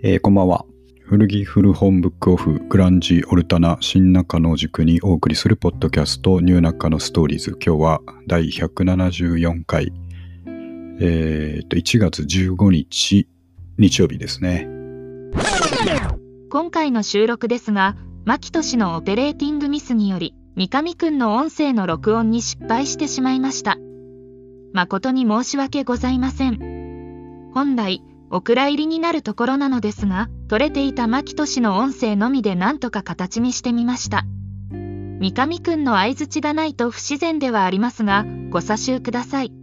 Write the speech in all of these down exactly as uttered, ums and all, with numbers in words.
えーこんばんは。古着古本ブックオフグランジオルタナ新中野を軸にお送りするポッドキャストニューナカのストーリーズ。今日はだいひゃくななじゅうよんかい、えー、といちがつじゅうごにち日曜日ですね。 今回の収録ですが、マキト氏のオペレーティングミスにより三上くんの音声の録音に失敗してしまいました。誠に申し訳ございません。本来お蔵入りになるところなのですが、取れていたマキト氏の音声のみでなんとか形にしてみました。三上くんの相槌がないと不自然ではありますが、ご査集ください。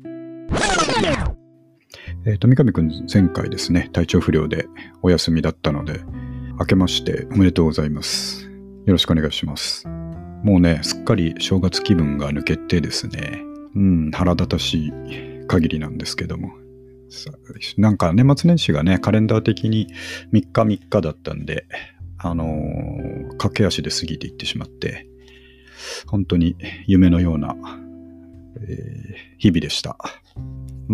えー、と三上くん前回ですね、体調不良でお休みだったので、明けましておめでとうございます。よろしくお願いします。もうね、すっかり正月気分が抜けてですね、うん、腹立たしい限りなんですけども、なんか年末年始がね、カレンダー的にみっかみっかだったんで、あのー、駆け足で過ぎていってしまって、本当に夢のような、えー、日々でした。うん。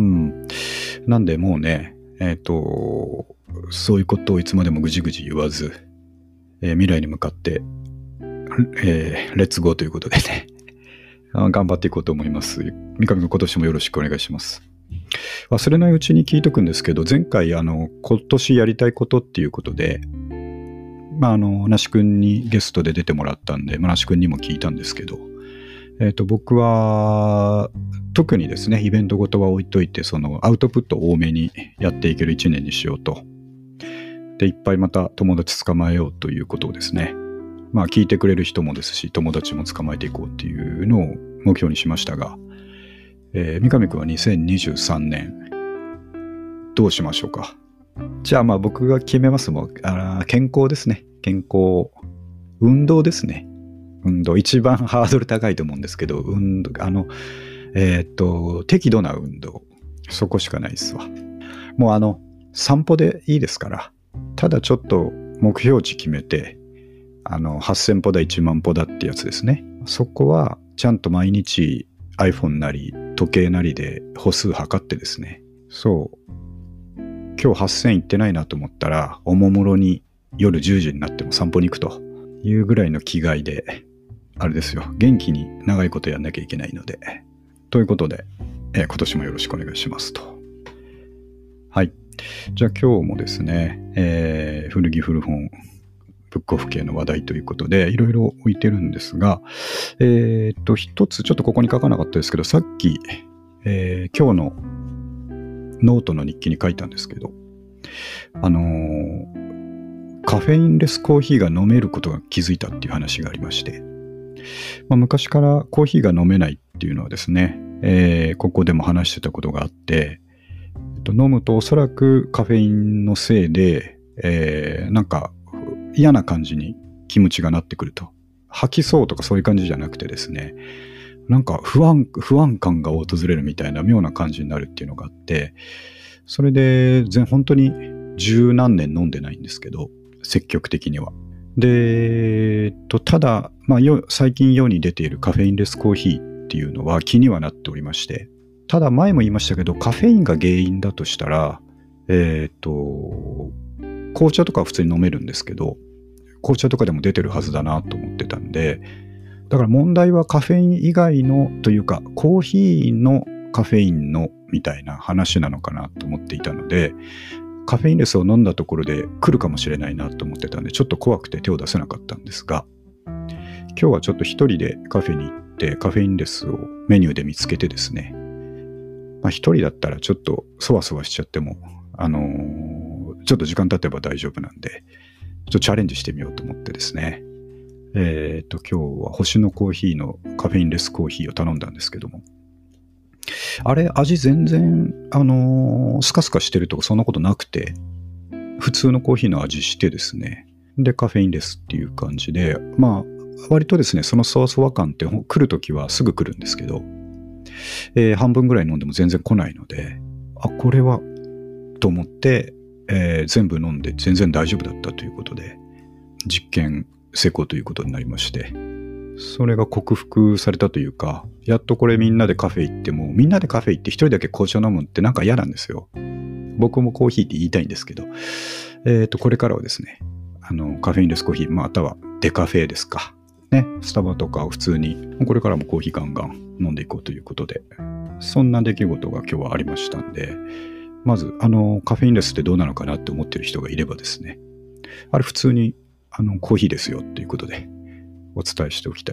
なんでもうね、えっと、そういうことをいつまでもぐじぐじ言わず、えー、未来に向かって、えー、レッツゴーということでね、頑張っていこうと思います。三上君、今年もよろしくお願いします。忘れないうちに聞いとくんですけど、前回あの今年やりたいことっていうことで、まああの那須くんにゲストで出てもらったんで、まあ、那須くんにも聞いたんですけど、えっと僕は特にですね、イベントごとは置いといて、そのアウトプットを多めにやっていけるいちねんにしようと。で、いっぱいまた友達捕まえようということをですね、まあ聞いてくれる人もですし、友達も捕まえていこうっていうのを目標にしましたが、えー、三上くんはにせんにじゅうさんねんどうしましょうか。じゃあまあ僕が決めますもん。あ、健康ですね。健康、運動ですね。運動、一番ハードル高いと思うんですけど、運動、あのえー、っと適度な運動、そこしかないですわ。もうあの散歩でいいですから、ただちょっと目標値決めて、あのはっせんぽだいちまんぽだってやつですね。そこはちゃんと毎日 iPhone なり時計なりで歩数測ってですね、そう今日はっせん行ってないなと思ったら、おもむろに夜じゅうじになっても散歩に行くというぐらいの気概で、あれですよ、元気に長いことやんなきゃいけないので、ということで、えー、今年もよろしくお願いしますと。はい、じゃあ今日もですね、えー、古着古本ブックオフ系の話題ということでいろいろ置いてるんですが、えー、っと一つちょっとここに書かなかったですけど、さっき、えー、今日のノートの日記に書いたんですけど、あのー、カフェインレスコーヒーが飲めることが気づいたっていう話がありまして、まあ、昔からコーヒーが飲めないっていうのはですね、えー、ここでも話してたことがあって、えっと、飲むとおそらくカフェインのせいで、えー、なんか嫌な感じに気持ちがなってくると。吐きそうとかそういう感じじゃなくてですね、なんか不安、不安感が訪れるみたいな妙な感じになるっていうのがあって、それで全本当に十何年飲んでないんですけど、積極的には。で、えっと、ただ、まあ、最近世に出ているカフェインレスコーヒーっていうのは気にはなっておりまして、ただ前も言いましたけど、カフェインが原因だとしたら、えっと、紅茶とかは普通に飲めるんですけど、紅茶とかでも出てるはずだなと思ってたんで、だから問題はカフェイン以外のというか、コーヒーのカフェインのみたいな話なのかなと思っていたので、カフェインレスを飲んだところで来るかもしれないなと思ってたんで、ちょっと怖くて手を出せなかったんですが、今日はちょっと一人でカフェに行ってカフェインレスをメニューで見つけてですね、まあ一人だったらちょっとそわそわしちゃっても、あのー、ちょっと時間経てば大丈夫なんで、ちょっとチャレンジしてみようと思ってですね、えっと今日は星のコーヒーのカフェインレスコーヒーを頼んだんですけども、あれ味全然あのー、スカスカしてるとかそんなことなくて、普通のコーヒーの味してですね、でカフェインレスっていう感じで、まあ割とですね、そのそわそわ感って来るときはすぐ来るんですけど、えー、半分ぐらい飲んでも全然来ないので、あ、これはと思って、えー、全部飲んで全然大丈夫だったということで、実験成功ということになりまして、それが克服されたというか、やっとこれみんなでカフェ行っても、みんなでカフェ行って一人だけ紅茶飲むってなんか嫌なんですよ。 僕もコーヒーって言いたいんですけど、えっと、これからはですね、あの、カフェインレスコーヒー、またはデカフェですか。ね、スタバとかを普通に、これからもコーヒーガンガン飲んでいこうということで、そんな出来事が今日はありましたんで、まず、あの、カフェインレスってどうなのかなって思ってる人がいればですね、あれ普通に、あの、コーヒーですよっていうことで、お伝えしておきたい。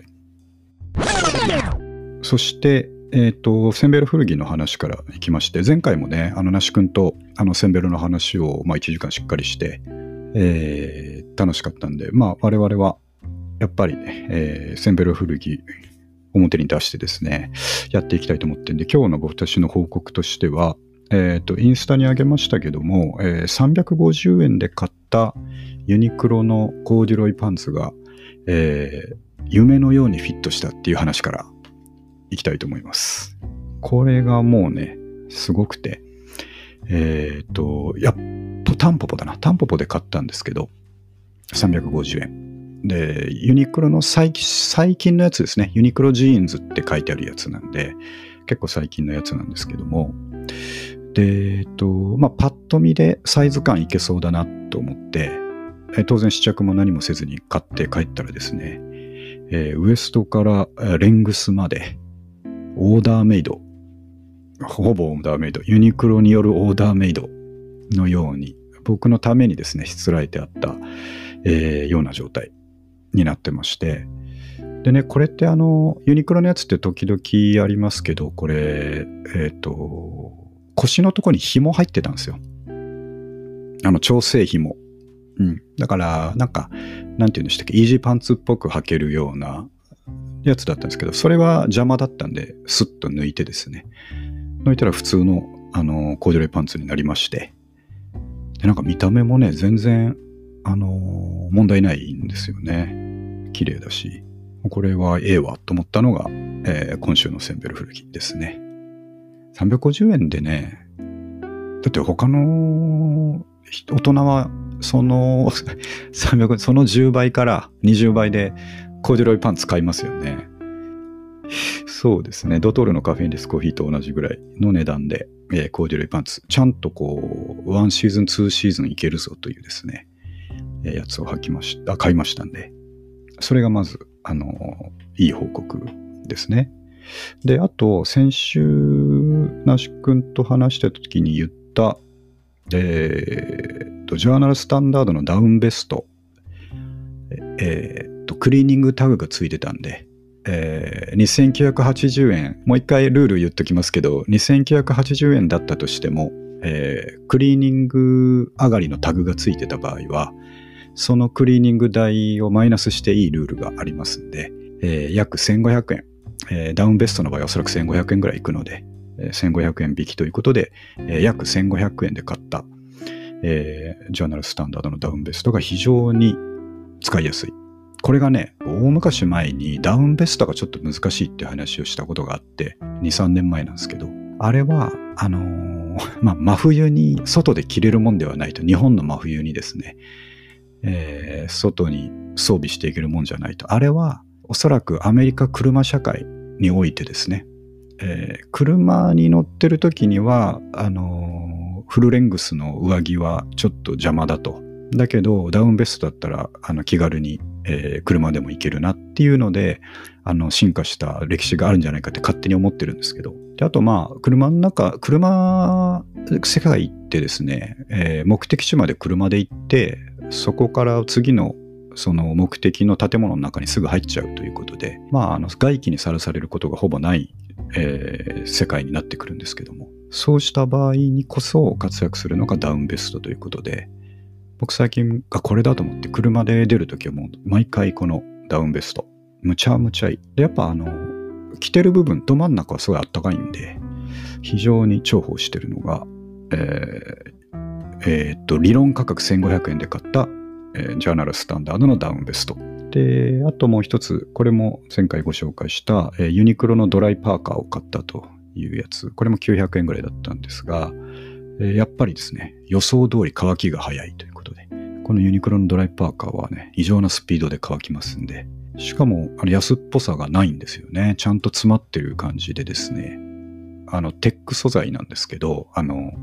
そして、えっと、センベロ古着の話からいきまして、前回もね、あの、那須くんと、あの、センベロの話を、まあ、いちじかんしっかりして、えー、楽しかったんで、まあ、我々は、やっぱりね、えー、センベロ古着、表に出してですね、やっていきたいと思ってるんで、今日の私の報告としては、えっと、インスタに上げましたけども、えー、さんびゃくごじゅうえんで買ったユニクロのコーデュロイパンツが、えー、夢のようにフィットしたっていう話からいきたいと思います。これがもうね、すごくて、えっと、やっとタンポポだな。タンポポで買ったんですけど、さんびゃくごじゅうえん。で、ユニクロの最近、最近のやつですね。ユニクロジーンズって書いてあるやつなんで、結構最近のやつなんですけども、で、えっと、まあ、パッと見でサイズ感いけそうだなと思って、え当然試着も何もせずに買って帰ったらですね、えー、ウエストからレングスまでオーダーメイド、ほぼオーダーメイド、ユニクロによるオーダーメイドのように、僕のためにですね、しつらえてあった、えー、ような状態になってまして、でね、これってあの、ユニクロのやつって時々ありますけど、これ、えっと、腰のとこに紐入ってたんですよ。あの、調整紐。うん。だから、なんか、なんていうんでしたっけ、イージーパンツっぽく履けるようなやつだったんですけど、それは邪魔だったんで、スッと抜いてですね。抜いたら普通の、あの、コーデュロイパンツになりまして。で、なんか見た目もね、全然、あの、問題ないんですよね。綺麗だし。これはええわと思ったのが、えー、今週のセンベロ古着ですね。さんびゃくごじゅうえんでね、だって他の大人はそのさんびゃくえん、そのじゅうばいからにじゅうばいでコーデュロイパンツ買いますよね。そうですね。ドトールのカフェインレスコーヒーと同じぐらいの値段で、えー、コーデュロイパンツ、ちゃんとこう、ワンシーズン、ツーシーズンいけるぞというですね、えー、やつを履きました、買いましたんで、それがまず、あのー、いい報告ですね。で、あと、先週、那須くんと話した時に言った、えー、と、ジャーナルスタンダードのダウンベスト、えー、と、クリーニングタグがついてたんで、えー、にせんきゅうひゃくはちじゅうえん、もう一回ルール言っときますけど、にせんきゅうひゃくはちじゅうえんだったとしても、えー、クリーニング上がりのタグがついてた場合は、そのクリーニング代をマイナスしていいルールがありますんで、えー、約せんごひゃくえん、えー、ダウンベストの場合はおそらくせんごひゃくえんぐらいいくので、えー、せんごひゃくえん引きということで、えー、約せんごひゃくえんで買った、えー、ジャーナルスタンダードのダウンベストが非常に使いやすい。これがね、大昔前にダウンベストがちょっと難しいって話をしたことがあって、に、さんねんまえなんですけど、あれは、あのー、まあ、真冬に外で着れるもんではないと、日本の真冬にですね、えー、外に装備していけるもんじゃないと。あれは、おそらくアメリカ車社会においてですね、えー、車に乗ってる時には、あのー、フルレングスの上着はちょっと邪魔だと。だけど、ダウンベストだったら、あの、気軽に、えー、車でも行けるなっていうので、あの、進化した歴史があるんじゃないかって勝手に思ってるんですけど。で、あと、まあ、車の中、車、世界行ってですね、えー、目的地まで車で行って、そこから次の、その目的の建物の中にすぐ入っちゃうということで、まあ、あの、外気にさらされることがほぼない、えー、世界になってくるんですけども、そうした場合にこそ活躍するのがダウンベストということで、僕最近がこれだと思って車で出るときはもう毎回このダウンベストむちゃむちゃいい。でやっぱあの着てる部分ど真ん中はすごいあったかいんで非常に重宝してるのがえー、えー、っと理論価格せんごひゃくえんで買った、えー、ジャーナルスタンダードのダウンベストで、あともう一つこれも前回ご紹介した、えー、ユニクロのドライパーカーを買ったというやつ、これもきゅうひゃくえんぐらいだったんですが、えー、やっぱりですね予想通り乾きが早いということで、このユニクロのドライパーカーはね、異常なスピードで乾きますんで、しかもあの安っぽさがないんですよね。ちゃんと詰まってる感じでですね、あのテック素材なんですけど、あの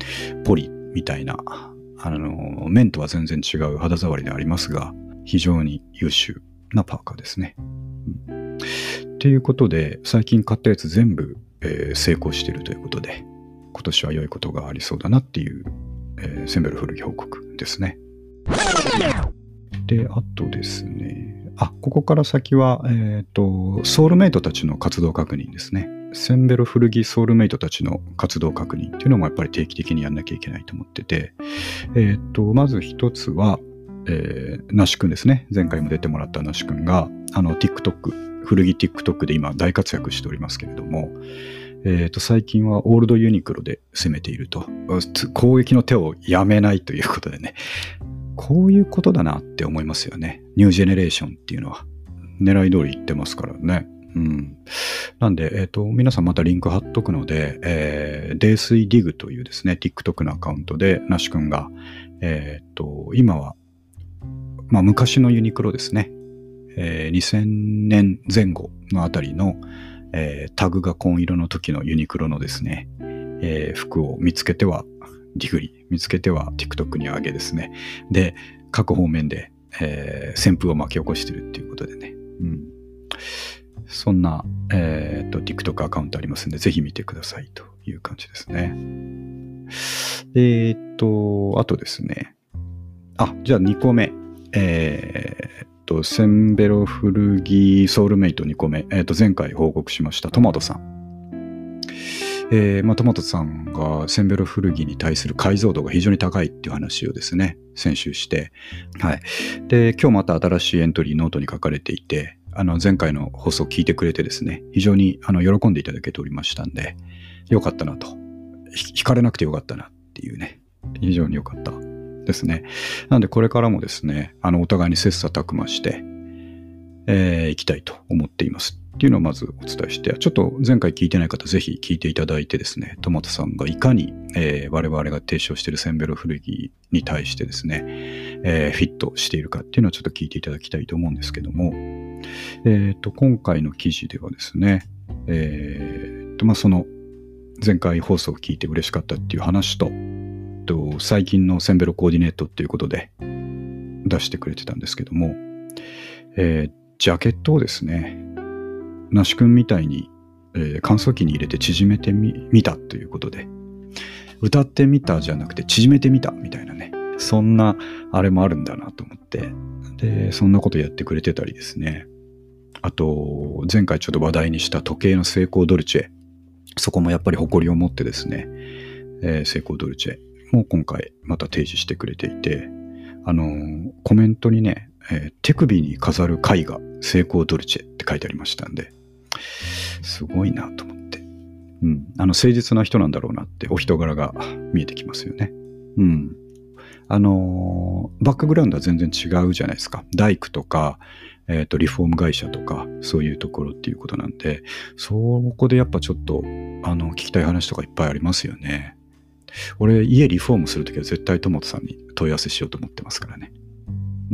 ポリみたいな、あの、綿とは全然違う肌触りでありますが、非常に優秀なパーカーですね。うん、ということで、最近買ったやつ全部、えー、成功しているということで、今年は良いことがありそうだなっていう、えー、センベロ古着報告ですね。で、あとですね、あ、ここから先は、えっと、ソウルメイトたちの活動確認ですね。センベロ古着ソウルメイトたちの活動確認っていうのもやっぱり定期的にやんなきゃいけないと思ってて、えっと、まず一つは、えー、ナシ君ですね。前回も出てもらったナシ君が、あの、TikTok、古着 TikTok で今大活躍しておりますけれども、えっと、最近はオールドユニクロで攻めていると。攻撃の手をやめないということでね。こういうことだなって思いますよね。ニュージェネレーションっていうのは。狙い通り言ってますからね。うん。なんで、えっと、皆さんまたリンク貼っとくので、えー、泥酔ディグというですね、TikTok のアカウントで、ナシ君が、えっと、今は、まあ、昔のユニクロですね。えー、にせんねんぜん後のあたりの、えー、タグが紺色の時のユニクロのですね、えー、服を見つけてはディグリ、見つけては TikTok に上げですね。で、各方面で、えー、旋風を巻き起こしてるっていうことでね。うん、そんな、えー、と TikTok アカウントありますんで、ぜひ見てくださいという感じですね。えー、っと、あとですね。あ、じゃあにこめ。えー、っと、センベロ古着ソウルメイトにこめ。えー、っと、前回報告しましたトマトさん。えー、まあ、トマトさんがセンベロ古着に対する解像度が非常に高いっていう話をですね、先週して、はい。で、今日また新しいエントリーノートに書かれていて、あの、前回の放送を聞いてくれてですね、非常にあの喜んでいただけておりましたんで、よかったなと。惹かれなくてよかったなっていうね、非常によかったですね。なので、これからもですね、あの、お互いに切磋琢磨して、えー、いきたいと思っていますっていうのをまずお伝えして、ちょっと前回聞いてない方ぜひ聞いていただいてですね、トマトさんがいかに、えー、我々が提唱しているセンベロ古着に対してですね、えー、フィットしているかっていうのをちょっと聞いていただきたいと思うんですけども、えーと、今回の記事ではですね、えーと、まあ、その前回放送を聞いて嬉しかったっていう話と、と最近のセンベロコーディネートっていうことで出してくれてたんですけども、えージャケットをですね、ナシ君みたいに、えー、乾燥機に入れて縮めてみ、見たということで、歌ってみたじゃなくて縮めてみたみたいなね、そんなあれもあるんだなと思って、で、そんなことやってくれてたりですね。あと、前回ちょっと話題にした時計のセイコードルチェ、そこもやっぱり誇りを持ってですね、えー、セイコードルチェも今回また提示してくれていて、あのー、コメントにね、えー、手首に飾る絵画セイコードルチェって書いてありましたんで、すごいなと思って、うん、あの誠実な人なんだろうなってお人柄が見えてきますよね。うん、あのー、バックグラウンドは全然違うじゃないですか。大工とか、えーと、リフォーム会社とかそういうところっていうことなんで、そこでやっぱちょっとあの聞きたい話とかいっぱいありますよね。俺家リフォームするときは絶対トマトさんに問い合わせしようと思ってますからね。うん。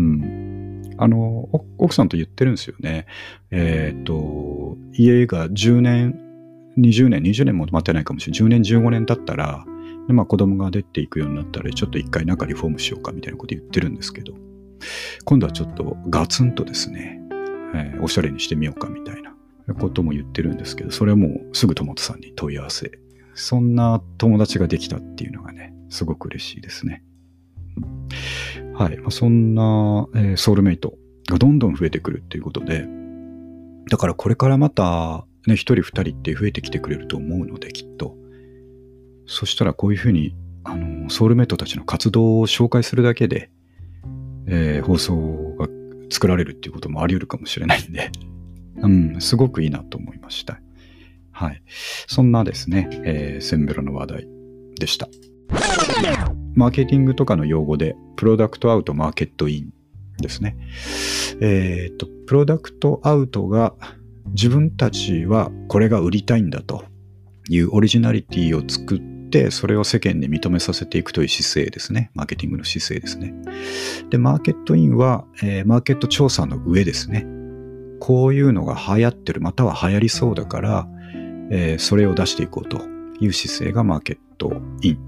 あの、奥さんと言ってるんですよね。えっと、家がじゅうねん、にじゅうねん、にじゅうねんも待ってないかもしれない。じゅうねん、じゅうごねん経ったら、でまあ子供が出ていくようになったら、ちょっと一回中リフォームしようかみたいなこと言ってるんですけど、今度はちょっとガツンとですね、えー、おしゃれにしてみようかみたいなことも言ってるんですけど、それはもうすぐトマトさんに問い合わせ。そんな友達ができたっていうのがね、すごく嬉しいですね。はい。まあ、そんな、えー、ソウルメイトがどんどん増えてくるっていうことで、だからこれからまたね、一人二人って増えてきてくれると思うので、きっと。そしたらこういうふうに、あの、ソウルメイトたちの活動を紹介するだけで、えー、放送が作られるっていうこともあり得るかもしれないんで、うん、すごくいいなと思いました。はい。そんなですね、えー、センベロの話題でした。マーケティングとかの用語で、プロダクトアウト、マーケットインですね。えっと、プロダクトアウトが自分たちはこれが売りたいんだというオリジナリティを作って、それを世間に認めさせていくという姿勢ですね。マーケティングの姿勢ですね。で、マーケットインは、えー、マーケット調査の上ですね。こういうのが流行ってる、または流行りそうだから、えー、それを出していこうという姿勢がマーケットイン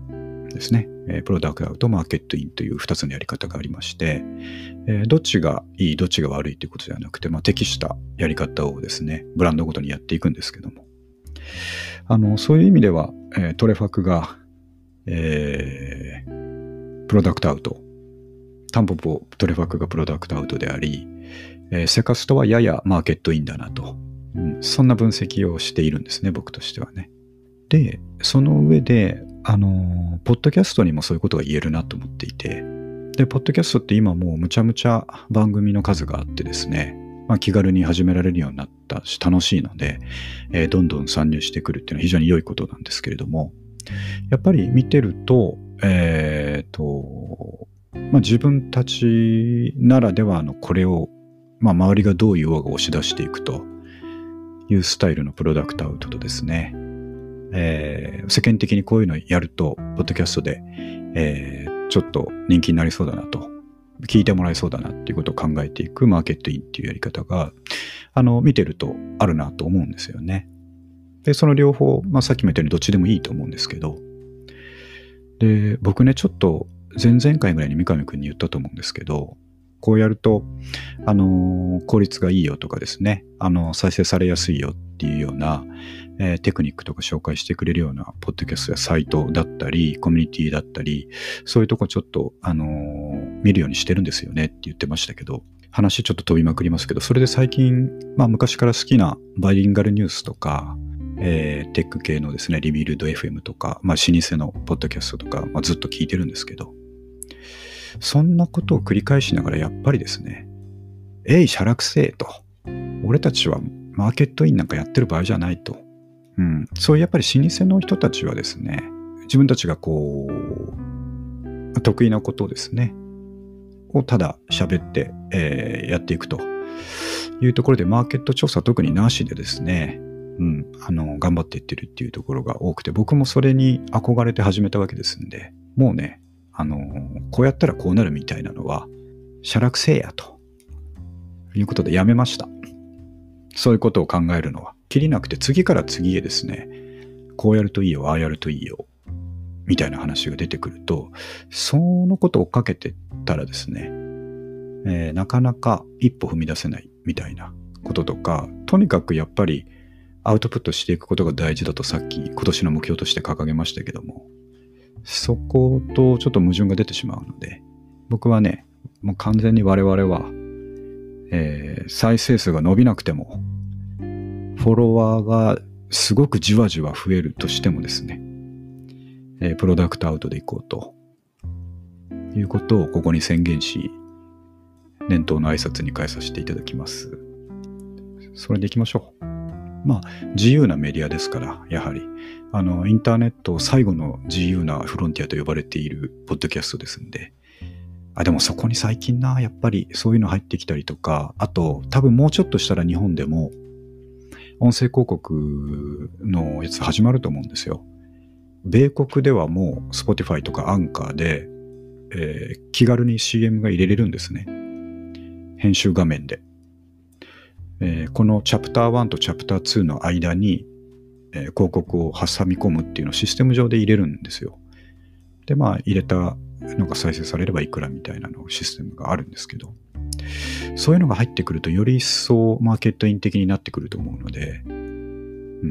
ですね。えー、プロダクトアウト、マーケットインというふたつのやり方がありまして、えー、どっちがいい、どっちが悪いということではなくて、まあ、適したやり方をですね、ブランドごとにやっていくんですけども、あの、そういう意味では、えー、トレファクが、えー、プロダクトアウト、タンポポトレファクがプロダクトアウトであり、えー、セカストはややマーケットインだなと、うん、そんな分析をしているんですね、僕としてはね。で、その上で、あの、ポッドキャストにもそういうことが言えるなと思っていて、で、ポッドキャストって今もうむちゃむちゃ番組の数があってですね、まあ、気軽に始められるようになったし楽しいので、えー、どんどん参入してくるっていうのは非常に良いことなんですけれども、やっぱり見てると、えっと、まあ、自分たちならではのこれを、まあ、周りがどう言おうが押し出していくというスタイルのプロダクトアウトとですね、えー、世間的にこういうのをやると、ポッドキャストで、えー、ちょっと人気になりそうだなと、聞いてもらえそうだなっていうことを考えていくマーケットインっていうやり方が、あの、見てるとあるなと思うんですよね。で、その両方、まあ、さっきも言ったようにどっちでもいいと思うんですけど、で、僕ね、ちょっと前々回ぐらいに三上くんに言ったと思うんですけど、こうやると、あのー、効率がいいよとかですね、あの、再生されやすいよっていうような、えー、テクニックとか紹介してくれるようなポッドキャストやサイトだったり、コミュニティだったり、そういうとこちょっと、あのー、見るようにしてるんですよねって言ってましたけど、話ちょっと飛びまくりますけど、それで最近、まあ昔から好きなバイリンガルニュースとか、えー、テック系のですね、リビルド エフエム とか、まあ老舗のポッドキャストとか、まあ、ずっと聞いてるんですけど、そんなことを繰り返しながらやっぱりですね、えい、しゃらくせえと。俺たちはマーケットインなんかやってる場合じゃないと。うん。そういうやっぱり老舗の人たちはですね、自分たちがこう、得意なことをですね、をただ喋って、えー、やっていくというところで、マーケット調査特になしでですね、うん、あの、頑張っていってるっていうところが多くて、僕もそれに憧れて始めたわけですんで、もうね、あの、こうやったらこうなるみたいなのは、しゃらくせえやということでやめました。そういうことを考えるのは。きりなくて次から次へですね、こうやるといいよ、ああやるといいよ、みたいな話が出てくると、そのことを追っかけてったらですね、えー、なかなか一歩踏み出せないみたいなこととか、とにかくやっぱりアウトプットしていくことが大事だとさっき今年の目標として掲げましたけども、そことちょっと矛盾が出てしまうので、僕はね、もう完全に我々は、えー、再生数が伸びなくても、フォロワーがすごくじわじわ増えるとしてもですね、えー、プロダクトアウトでいこうということをここに宣言し、年頭の挨拶に変えさせていただきます。それでいきましょう。まあ、自由なメディアですから、やはり、あの、インターネット最後の自由なフロンティアと呼ばれているポッドキャストですんで、あ、でもそこに最近な、やっぱりそういうの入ってきたりとか、あと、多分もうちょっとしたら日本でも、音声広告のやつ始まると思うんですよ。米国ではもう Spotify とかアンカーで、えー、気軽に シーエム が入れれるんですね。編集画面で。えー、このチャプターワンとチャプターツーの間に、えー、広告を挟み込むっていうのをシステム上で入れるんですよ。で、まあ入れたのが再生されればいくらみたいなのシステムがあるんですけど、そういうのが入ってくるとより一層マーケットイン的になってくると思うので、うん、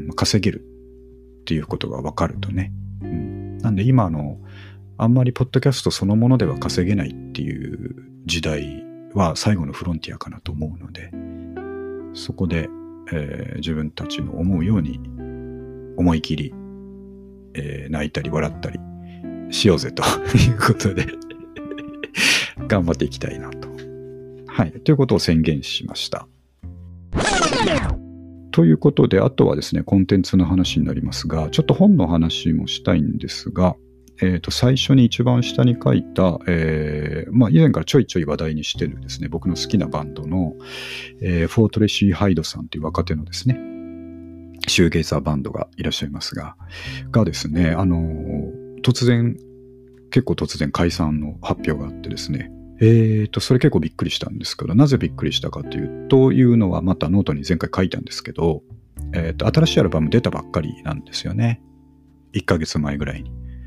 稼げるっていうことが分かるとね。うん、なんで今のあんまりポッドキャストそのものでは稼げないっていう時代は最後のフロンティアかなと思うので、そこで、えー、自分たちの思うように思い切り、えー、泣いたり笑ったりしようぜということで頑張っていきたいなと。はい。ということを宣言しました。ということで、あとはですね、コンテンツの話になりますが、ちょっと本の話もしたいんですが、えー、と最初に一番下に書いた、えーまあ、以前からちょいちょい話題にしてるですね、僕の好きなバンドの、えー、フォートレシー・ハイドさんという若手のですね、シューゲイザーバンドがいらっしゃいますが、がですね、あのー、突然、結構突然解散の発表があってですね、えーと、それ結構びっくりしたんですけど、なぜびっくりしたかというというのはまたノートに前回書いたんですけど、えーと、新しいアルバム出たばっかりなんですよね。いっかげつまえぐらいに。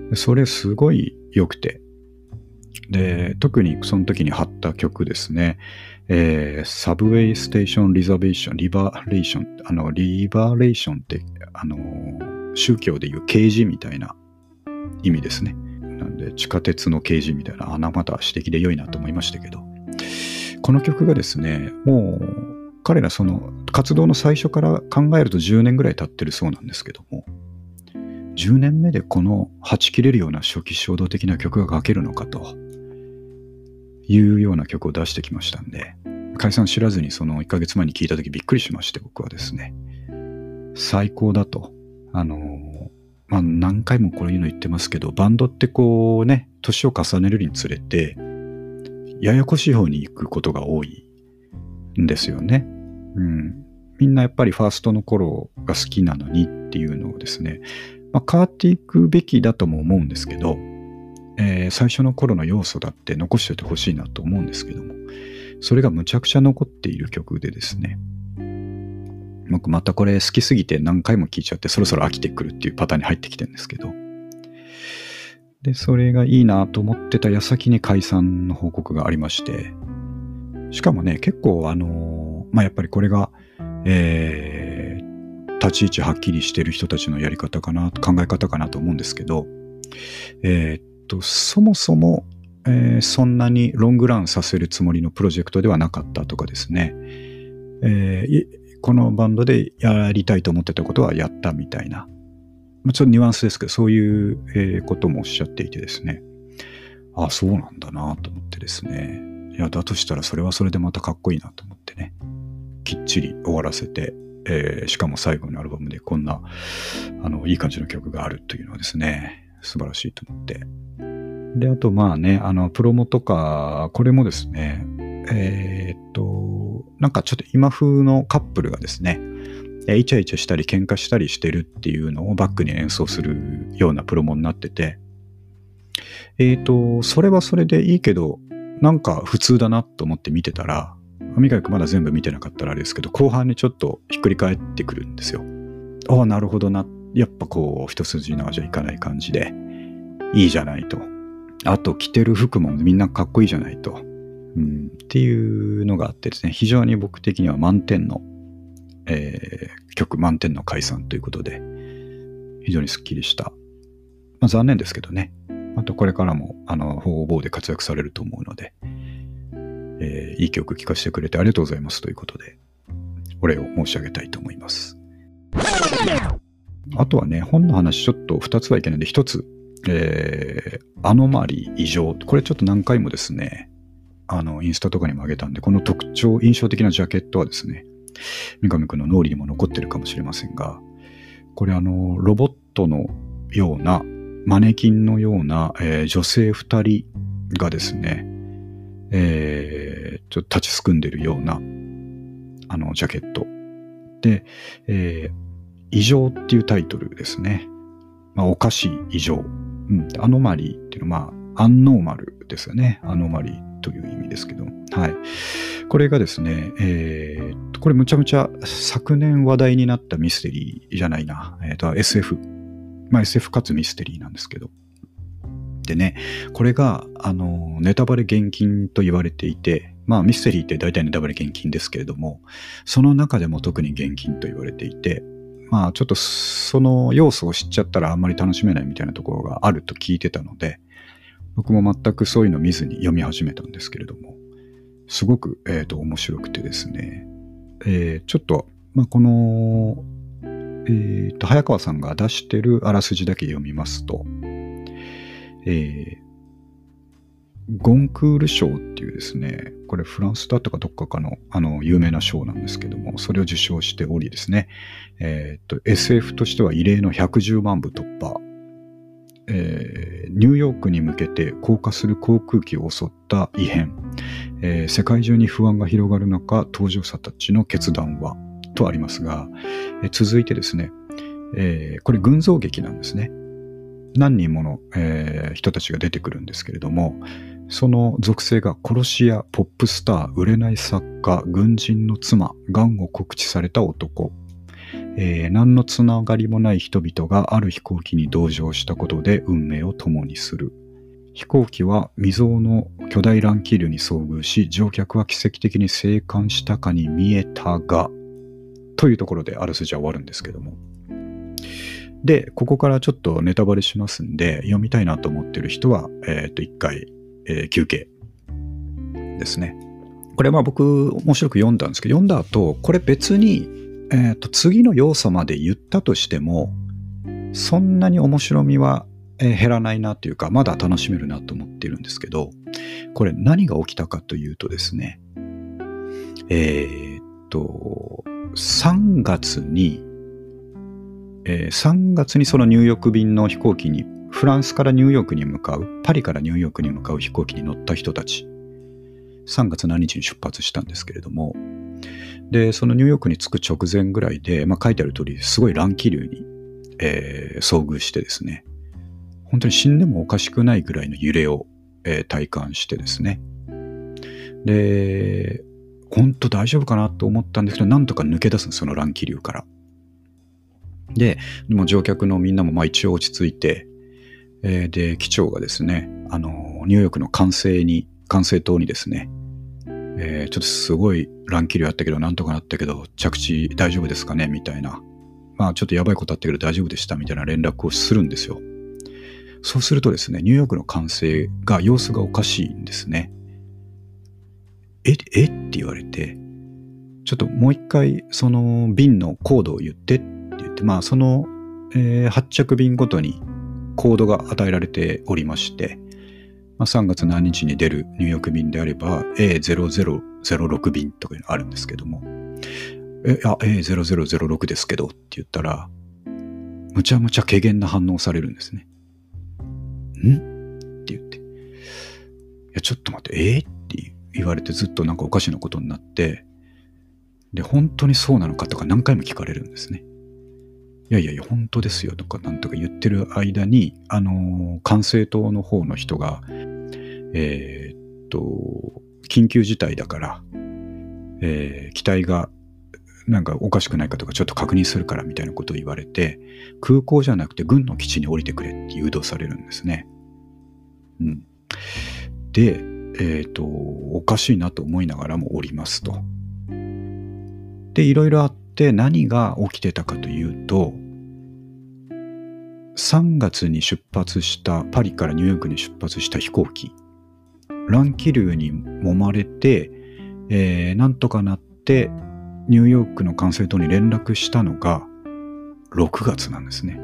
それすごい良くて。で、特にその時に貼った曲ですね。えー、サブウェイステーションリザベーション、リバレーション、あの、リバレーションって、あの、宗教でいう啓示みたいな意味ですね。なんで、地下鉄の啓示みたいな、あなまた指摘で良いなと思いましたけど、この曲がですね、もう、彼らその活動の最初から考えるとじゅうねんぐらい経ってるそうなんですけども、じゅうねんめでこのはち切れるような初期衝動的な曲が書けるのかというような曲を出してきましたんで、解散知らずにそのいっかげつまえに聞いた時びっくりしまして、僕はですね、最高だと。あのまあ何回もこういうの言ってますけど、バンドってこうね、年を重ねるにつれてややこしい方に行くことが多いんですよね。うん、みんなやっぱりファーストの頃が好きなのにっていうのをですね、まあ、変わっていくべきだとも思うんですけど、えー、最初の頃の要素だって残しておいてほしいなと思うんですけども、それがむちゃくちゃ残っている曲でですね、僕またこれ好きすぎて何回も聴いちゃってそろそろ飽きてくるっていうパターンに入ってきてるんですけど、でそれがいいなと思ってた矢先に解散の報告がありまして、しかもね、結構あのまあやっぱりこれが、えー立ち位置はっきりしてる人たちのやり方かな、考え方かなと思うんですけど、えー、っとそもそも、えー、そんなにロングランさせるつもりのプロジェクトではなかったとかですね、えー、このバンドでやりたいと思ってたことはやったみたいな、ちょっとニュアンスですけど、そういう、えー、こともおっしゃっていてですね、ああそうなんだなと思ってですね、いやだとしたらそれはそれでまたかっこいいなと思ってね、きっちり終わらせて、えー、しかも最後のアルバムでこんなあのいい感じの曲があるというのはですね、素晴らしいと思って。で、あとまあね、あのプロモとかこれもですね、えー、っとなんかちょっと今風のカップルがですね、イチャイチャしたり喧嘩したりしてるっていうのをバックに演奏するようなプロモになってて、えー、っとそれはそれでいいけど、なんか普通だなと思って見てたら、ミカイ君まだ全部見てなかったらあれですけど、後半にちょっとひっくり返ってくるんですよ。ああなるほどな、やっぱこう一筋縄じゃいかない感じでいいじゃないと、あと着てる服もみんなかっこいいじゃないと、うん、っていうのがあってですね、非常に僕的には満点の、えー、曲、満点の解散ということで非常にスッキリした、まあ、残念ですけどね、あとこれからもあの方々で活躍されると思うので、えー、いい曲聴かせてくれてありがとうございますということでお礼を申し上げたいと思います。あとはね、本の話ちょっとふたつはいけないので、ひとつ、えー、アノマリー異常、これちょっと何回もですね、あのインスタとかにも上げたんで、この特徴、印象的なジャケットはですね、三上くんの脳裏にも残ってるかもしれませんが、これあのロボットのようなマネキンのような、えー、女性ふたりがですね、えー、ちょっと立ちすくんでるようなあのジャケットで、えー、異常っていうタイトルですね。まあ、おかしい異常、うん、アノマリーっていうのは、まあ、アンノーマルですよね。アノマリーという意味ですけど、はい。これがですね、えー、これむちゃむちゃ昨年話題になったミステリーじゃないな、えーと エスエフ、まあ エスエフ かつミステリーなんですけど、でね、これがあのネタバレ厳禁と言われていて、まあミステリーって大体ネタバレ厳禁ですけれども、その中でも特に厳禁と言われていて、まあちょっとその要素を知っちゃったらあんまり楽しめないみたいなところがあると聞いてたので、僕も全くそういうの見ずに読み始めたんですけれども、すごく、えーと、面白くてですね、えー、ちょっと、まあ、この、えーと、早川さんが出してるあらすじだけ読みますと、えー、ゴンクール賞っていうですね、これフランスだったかどっかかの、あの有名な賞なんですけども、それを受賞しておりですね、えーと、エスエフ としては異例のひゃくじゅうまんぶ突破、えー、ニューヨークに向けて降下する航空機を襲った異変、えー、世界中に不安が広がる中、搭乗者たちの決断はとありますが、えー、続いてですね、えー、これ群像劇なんですね。何人もの、えー、人たちが出てくるんですけれども、その属性が殺し屋、ポップスター、売れない作家、軍人の妻、癌を告知された男、 えー、何のつながりもない人々がある飛行機に同乗したことで運命を共にする。飛行機は未曾有の巨大乱気流に遭遇し、乗客は奇跡的に生還したかに見えたが、というところであらすじは終わるんですけども。で、ここからちょっとネタバレしますんで、読みたいなと思ってる人は、えっと、一回、えー、休憩ですね。これまあ僕面白く読んだんですけど、読んだ後、これ別に、えっと、次の要素まで言ったとしても、そんなに面白みは減らないなというか、まだ楽しめるなと思っているんですけど、これ何が起きたかというとですね、えー、っと、さんがつに、えー、さんがつにそのニューヨーク便の飛行機に、フランスからニューヨークに向かう、パリからニューヨークに向かう飛行機に乗った人たち、さんがつ何日に出発したんですけれども、で、そのニューヨークに着く直前ぐらいで、まあ、書いてある通り、すごい乱気流に、えー、遭遇してですね、本当に死んでもおかしくないぐらいの揺れを、えー、体感してですね。で、本当大丈夫かなと思ったんですけど、なんとか抜け出すんです、その乱気流から。で、でも乗客のみんなもまあ一応落ち着いて、えー、で、機長がですね、あの、ニューヨークの管制に、管制塔にですね、えー、ちょっとすごい乱気流あったけど、なんとかなったけど、着地大丈夫ですかねみたいな。まあちょっとやばいことあったけど大丈夫でしたみたいな連絡をするんですよ。そうするとですね、ニューヨークの管制が様子がおかしいんですね。え、えって言われて、ちょっともう一回その便のコードを言ってって言って、まあその、えー、発着便ごとにコードが与えられておりまして、まあ、さんがつ何日に出るニューヨーク便であれば エーゼロゼロゼロろく 便とかいうのがあるんですけども、え、あ、エーゼロゼロゼロろく ですけどって言ったら、むちゃむちゃ怪訝な反応されるんですね。んって言って。いや、ちょっと待って、えー、って言われてずっとなんかおかしなことになって、で、本当にそうなのかとか何回も聞かれるんですね。いやいやいや、本当ですよとかなんとか言ってる間に、あのー、管制塔の方の人が、えー、っと、緊急事態だから、えー、機体がなんかおかしくないかとかちょっと確認するからみたいなことを言われて、空港じゃなくて軍の基地に降りてくれって誘導されるんですね。うん。で、えっと、おかしいなと思いながらも降りますと。で、いろいろあって何が起きてたかというと、さんがつに出発したパリからニューヨークに出発した飛行機、乱気流に揉まれて、えー、なんとかなってニューヨークの管制塔に連絡したのがろくがつなんですね。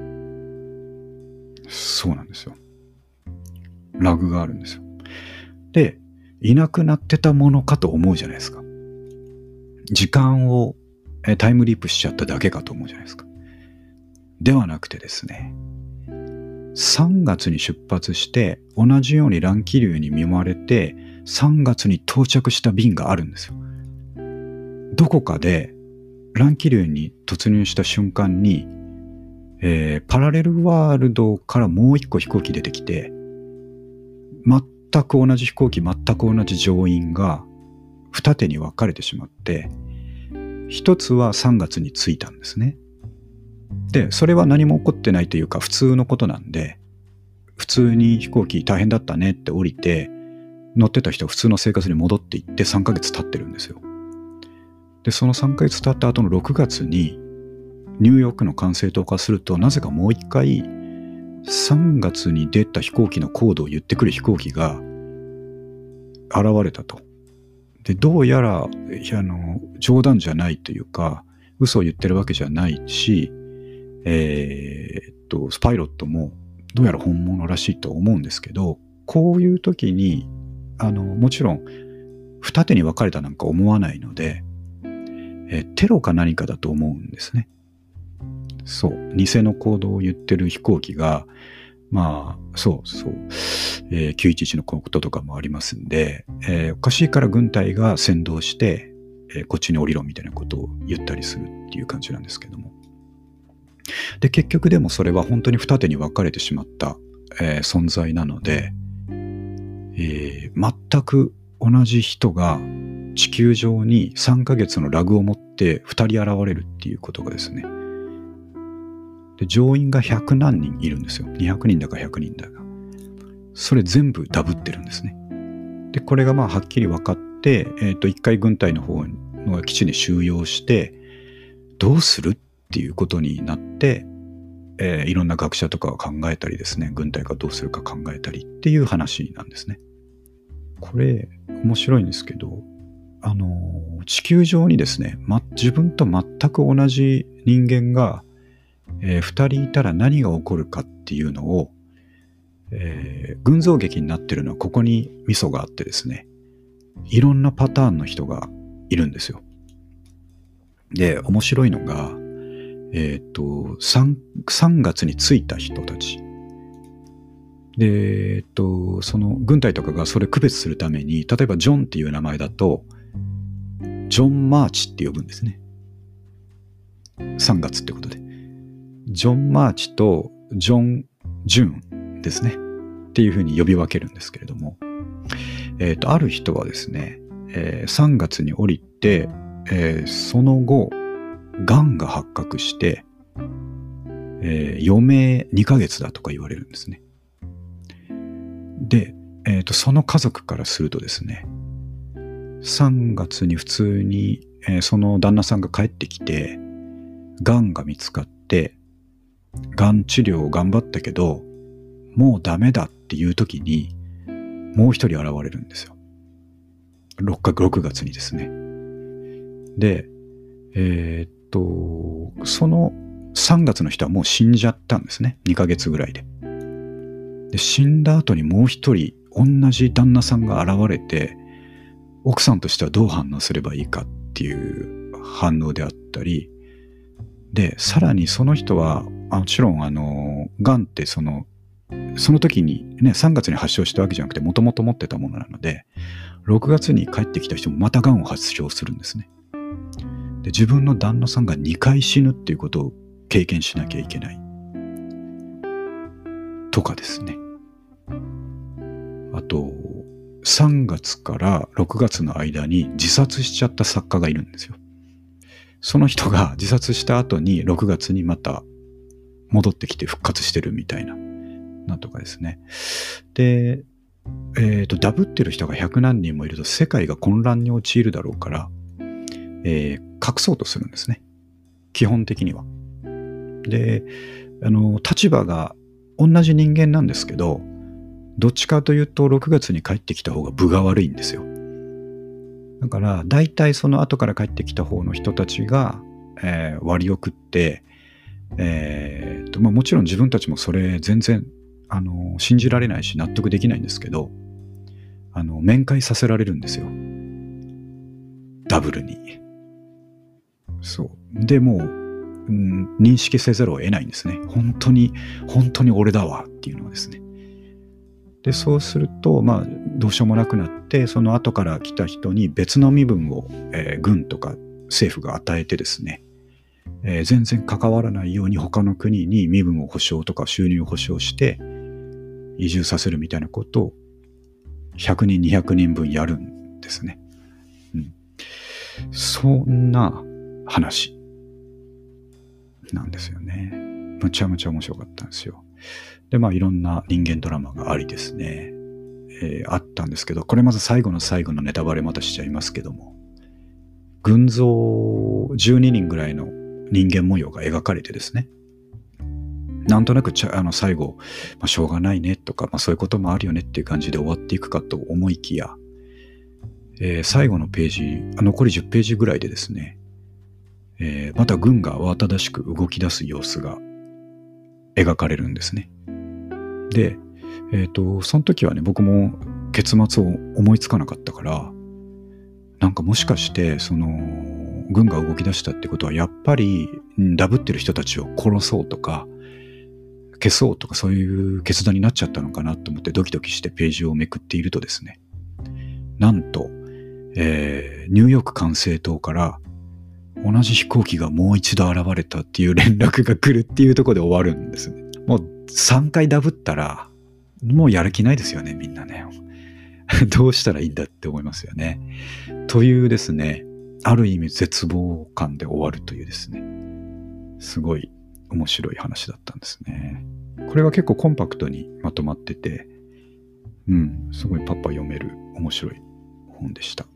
そうなんですよ。ラグがあるんですよ。で、いなくなってたものかと思うじゃないですか。時間をタイムリープしちゃっただけかと思うじゃないですか。ではなくてですね、さんがつに出発して同じように乱気流に見舞われてさんがつに到着した便があるんですよ。どこかで乱気流に突入した瞬間に、えー、パラレルワールドからもう一個飛行機出てきて、全く同じ飛行機、全く同じ乗員が二手に分かれてしまって、一つはさんがつに着いたんですね。で、それは何も起こってないというか普通のことなんで、普通に飛行機大変だったねって降りて、乗ってた人は普通の生活に戻っていってさんかげつ経ってるんですよ。で、そのさんかげつ経った後のろくがつにニューヨークの管制塔化すると、なぜかもう一回さんがつに出た飛行機のコードを言ってくる飛行機が現れたと。で、どうやらあの冗談じゃないというか、嘘を言ってるわけじゃないし、えー、っとパイロットもどうやら本物らしいと思うんですけど、こういう時にあのもちろん二手に分かれたなんか思わないので、えテロか何かだと思うんですね。そう、偽の行動を言ってる飛行機が、まあそうそう、えー、きゅういちいちのこととかもありますんで、えー、おかしいから軍隊が先導して、えー、こっちに降りろみたいなことを言ったりするっていう感じなんですけども、で結局でもそれは本当に二手に分かれてしまった、えー、存在なので、えー、全く同じ人が地球上にさんかげつのラグを持ってふたり現れるっていうことがですね、 で、乗員がひゃくなんにんいるんですよ。にひゃくにんだかひゃくにんだか。それ全部ダブってるんですね。で、これがまあはっきり分かって、えっと、一回軍隊の方の基地に収容して、どうするっていうことになって、えー、いろんな学者とかが考えたりですね、軍隊がどうするか考えたりっていう話なんですね。これ、面白いんですけど、あのー、地球上にですね、ま、自分と全く同じ人間が、えー、ふたりいたら何が起こるかっていうのを、えー、群像劇になってるのはここにミソがあってですね、いろんなパターンの人がいるんですよ。で、面白いのが、えっと、3, さんがつに着いた人たち。で、えっと、その軍隊とかがそれ区別するために、例えばジョンっていう名前だと、ジョン・マーチって呼ぶんですね。さんがつってことで。ジョン・マーチとジョン・ジュンですね。っていうふうに呼び分けるんですけれども、えっと、ある人はですね、えー、さんがつに降りて、えー、その後、がんが発覚して、えー、余命にかげつだとか言われるんですね。で、えーと、その家族からするとですね、さんがつに普通に、えー、その旦那さんが帰ってきて、がんが見つかって、がん治療を頑張ったけど、もうダメだっていう時に、もう一人現れるんですよ。ろくがつにですね。で、えー、っと、そのさんがつの人はもう死んじゃったんですね。にかげつぐらいで。で、死んだ後にもう一人、同じ旦那さんが現れて、奥さんとしてはどう反応すればいいかっていう反応であったり、で、さらにその人は、もちろん、あの、がんってその、その時にね、さんがつに発症したわけじゃなくて、もともと持ってたものなので、ろくがつに帰ってきた人もまたがんを発症するんですね。で、自分の旦那さんがにかい死ぬっていうことを経験しなきゃいけない。とかですね。あと、さんがつからろくがつの間に自殺しちゃった作家がいるんですよ。その人が自殺した後にろくがつにまた戻ってきて復活してるみたいな。なんとかですね。で、えっと、ダブってる人がひゃくなんにんもいると世界が混乱に陥るだろうから、えー、隠そうとするんですね。基本的には。で、あの、立場が同じ人間なんですけど、どっちかというとろくがつに帰ってきた方が分が悪いんですよ。だから、大体その後から帰ってきた方の人たちが、えー、割を食って、えーとまあ、もちろん自分たちもそれ全然あの信じられないし納得できないんですけど、あの面会させられるんですよ。ダブルに。そう。でもう、うん、認識せざるを得ないんですね。本当に、本当に俺だわっていうのはですね。で、そうすると、まあ、どうしようもなくなって、その後から来た人に別の身分を、えー、軍とか政府が与えてですね、えー、全然関わらないように他の国に身分を保障とか収入を保障して移住させるみたいなことをひゃくにんにひゃくにんぶんやるんですね。うん、そんな話なんですよね。むちゃむちゃ面白かったんですよ。で、まあいろんな人間ドラマがありですね、えー、あったんですけど、これまず最後の最後のネタバレまたしちゃいますけども、群像じゅうににんぐらいの人間模様が描かれてですね、なんとなくちゃあの最後、まあ、しょうがないねとか、まあ、そういうこともあるよねっていう感じで終わっていくかと思いきや、えー、最後のページ、残りじゅっページぐらいでですね、えー、また軍が慌ただしく動き出す様子が描かれるんですね。で、えっと、その時はね、僕も結末を思いつかなかったから、なんかもしかして、その、軍が動き出したってことは、やっぱり、ダブってる人たちを殺そうとか、消そうとか、そういう決断になっちゃったのかなと思ってドキドキしてページをめくっているとですね、なんと、えー、ニューヨーク管制塔から同じ飛行機がもう一度現れたっていう連絡が来るっていうところで終わるんですね。もうさんかいダブったら、もうやる気ないですよね、みんなね。どうしたらいいんだって思いますよね。というですね、ある意味絶望感で終わるというですね、すごい面白い話だったんですね。これは結構コンパクトにまとまってて、うん、すごいパッパ読める面白い本でした。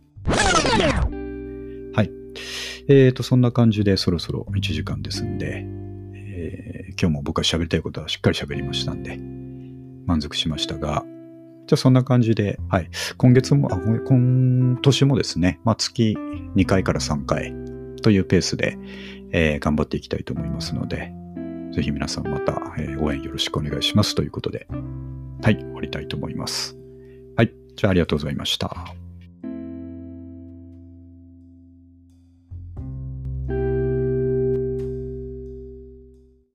はい。えーと、そんな感じでそろそろいちじかんですんで、えー、今日も僕は喋りたいことはしっかり喋りましたんで、満足しましたが、じゃあそんな感じで、はい。今月も、あ、今年もですね、まあ、月にかいからさんかいというペースで、えー、頑張っていきたいと思いますので、ぜひ皆さんまた、えー、応援よろしくお願いしますということで、はい、終わりたいと思います。はい。じゃあありがとうございました。